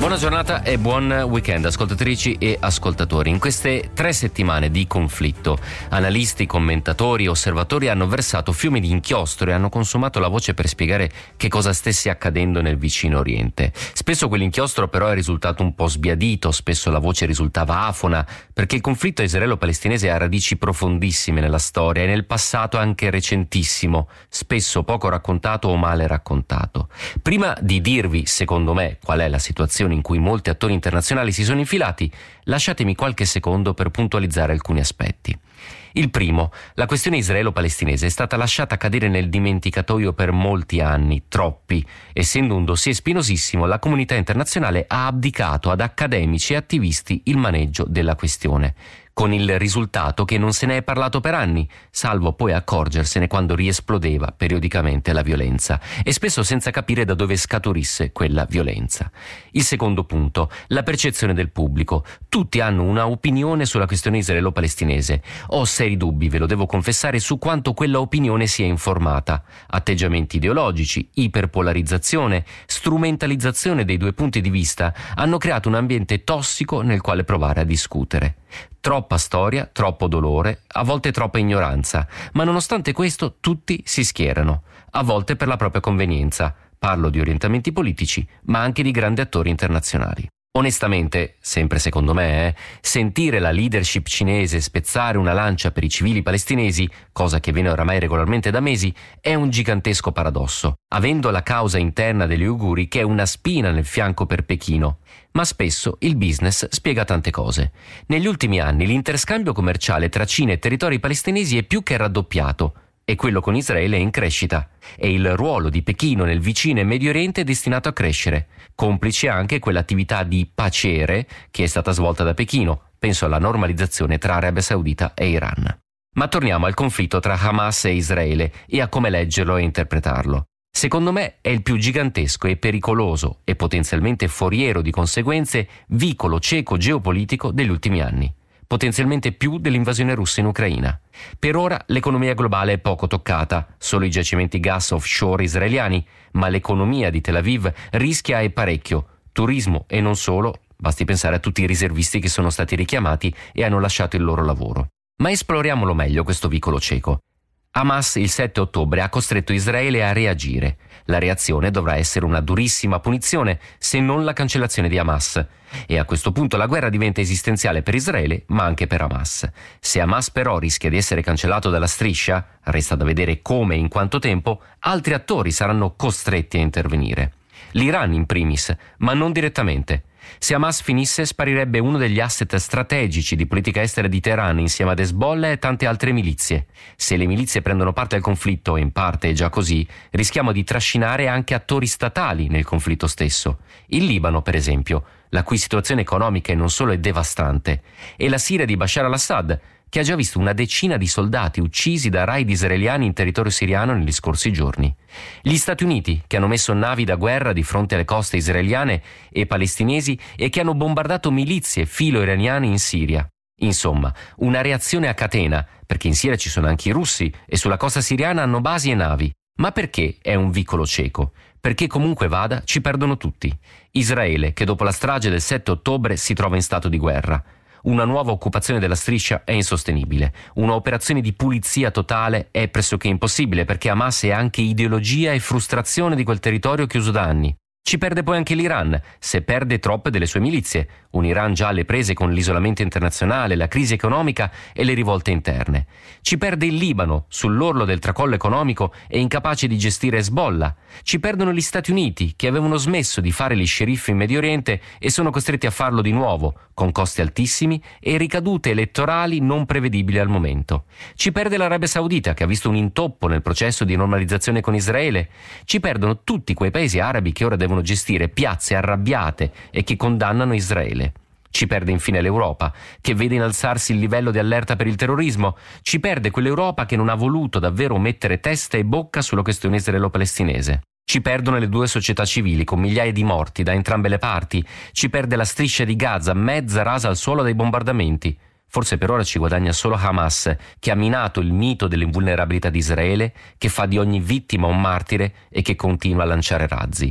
Buona giornata e buon weekend, ascoltatrici e ascoltatori. In queste 3 settimane di conflitto, analisti, commentatori, osservatori hanno versato fiumi di inchiostro e hanno consumato la voce per spiegare che cosa stesse accadendo nel vicino Oriente. Spesso quell'inchiostro però è risultato un po' sbiadito, spesso la voce risultava afona, perché il conflitto israelo-palestinese ha radici profondissime nella storia e nel passato anche recentissimo, spesso poco raccontato o male raccontato. Prima di dirvi, secondo me, qual è la situazione in cui molti attori internazionali si sono infilati, lasciatemi qualche secondo per puntualizzare alcuni aspetti. Il primo, la questione israelo-palestinese è stata lasciata cadere nel dimenticatoio per molti anni, troppi. Essendo un dossier spinosissimo, la comunità internazionale ha abdicato ad accademici e attivisti il maneggio della questione, con il risultato che non se ne è parlato per anni, salvo poi accorgersene quando riesplodeva periodicamente la violenza, e spesso senza capire da dove scaturisse quella violenza. Il secondo punto, la percezione del pubblico. Tutti hanno una opinione sulla questione israelo-palestinese. Ho seri dubbi, ve lo devo confessare, su quanto quella opinione sia informata. Atteggiamenti ideologici, iperpolarizzazione, strumentalizzazione dei due punti di vista hanno creato un ambiente tossico nel quale provare a discutere. Troppa storia, troppo dolore, a volte troppa ignoranza, ma nonostante questo tutti si schierano, a volte per la propria convenienza. Parlo di orientamenti politici, ma anche di grandi attori internazionali. Onestamente, sempre secondo me, sentire la leadership cinese spezzare una lancia per i civili palestinesi, cosa che viene oramai regolarmente da mesi, è un gigantesco paradosso, avendo la causa interna degli uiguri che è una spina nel fianco per Pechino. Ma spesso il business spiega tante cose. Negli ultimi anni l'interscambio commerciale tra Cina e territori palestinesi è più che raddoppiato, e quello con Israele è in crescita, e il ruolo di Pechino nel vicino e Medio Oriente è destinato a crescere, complice anche quell'attività di pacere che è stata svolta da Pechino, penso alla normalizzazione tra Arabia Saudita e Iran. Ma torniamo al conflitto tra Hamas e Israele e a come leggerlo e interpretarlo. Secondo me è il più gigantesco e pericoloso e potenzialmente foriero di conseguenze vicolo cieco geopolitico degli ultimi anni, potenzialmente più dell'invasione russa in Ucraina. Per ora l'economia globale è poco toccata, solo i giacimenti gas offshore israeliani, ma l'economia di Tel Aviv rischia e parecchio, turismo e non solo, basti pensare a tutti i riservisti che sono stati richiamati e hanno lasciato il loro lavoro. Ma esploriamolo meglio questo vicolo cieco. Hamas il 7 ottobre ha costretto Israele a reagire. La reazione dovrà essere una durissima punizione, se non la cancellazione di Hamas. E a questo punto la guerra diventa esistenziale per Israele, ma anche per Hamas. Se Hamas però rischia di essere cancellato dalla striscia, resta da vedere come e in quanto tempo, altri attori saranno costretti a intervenire. L'Iran in primis, ma non direttamente. Se Hamas finisse, sparirebbe uno degli asset strategici di politica estera di Teheran insieme ad Hezbollah e tante altre milizie. Se le milizie prendono parte al conflitto, e in parte è già così, rischiamo di trascinare anche attori statali nel conflitto stesso. Il Libano, per esempio, la cui situazione economica e non solo è devastante, e la Siria di Bashar al-Assad, che ha già visto una decina di soldati uccisi da raid israeliani in territorio siriano negli scorsi giorni. Gli Stati Uniti, che hanno messo navi da guerra di fronte alle coste israeliane e palestinesi e che hanno bombardato milizie filo-iraniane in Siria. Insomma, una reazione a catena, perché in Siria ci sono anche i russi e sulla costa siriana hanno basi e navi. Ma perché è un vicolo cieco? Perché comunque vada, ci perdono tutti. Israele, che dopo la strage del 7 ottobre si trova in stato di guerra. Una nuova occupazione della striscia è insostenibile. Una operazione di pulizia totale è pressoché impossibile perché Hamas è anche ideologia e frustrazione di quel territorio chiuso da anni. Ci perde poi anche l'Iran, se perde troppe delle sue milizie, un Iran già alle prese con l'isolamento internazionale, la crisi economica e le rivolte interne. Ci perde il Libano, sull'orlo del tracollo economico e incapace di gestire Hezbollah. Ci perdono gli Stati Uniti, che avevano smesso di fare gli sceriffi in Medio Oriente e sono costretti a farlo di nuovo, con costi altissimi e ricadute elettorali non prevedibili al momento. Ci perde l'Arabia Saudita, che ha visto un intoppo nel processo di normalizzazione con Israele. Ci perdono tutti quei paesi arabi che ora devono gestire piazze arrabbiate e che condannano Israele. Ci perde infine l'Europa, che vede innalzarsi il livello di allerta per il terrorismo. Ci perde quell'Europa che non ha voluto davvero mettere testa e bocca sulla questione israelo-palestinese. Ci perdono le due società civili con migliaia di morti da entrambe le parti. Ci perde la striscia di Gaza, mezza rasa al suolo dai bombardamenti. Forse per ora ci guadagna solo Hamas, che ha minato il mito dell'invulnerabilità di Israele, che fa di ogni vittima un martire e che continua a lanciare razzi.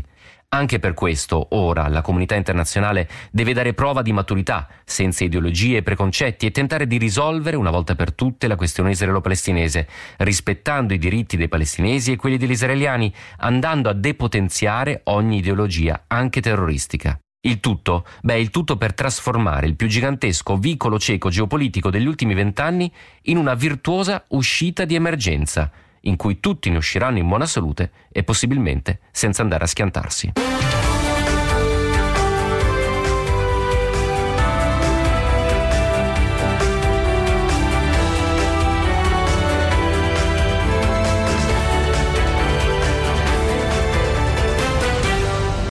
Anche per questo, ora, la comunità internazionale deve dare prova di maturità, senza ideologie e preconcetti, e tentare di risolvere una volta per tutte la questione israelo-palestinese, rispettando i diritti dei palestinesi e quelli degli israeliani, andando a depotenziare ogni ideologia, anche terroristica. Il tutto per trasformare il più gigantesco vicolo cieco geopolitico degli ultimi 20 anni in una virtuosa uscita di emergenza, in cui tutti ne usciranno in buona salute e possibilmente senza andare a schiantarsi.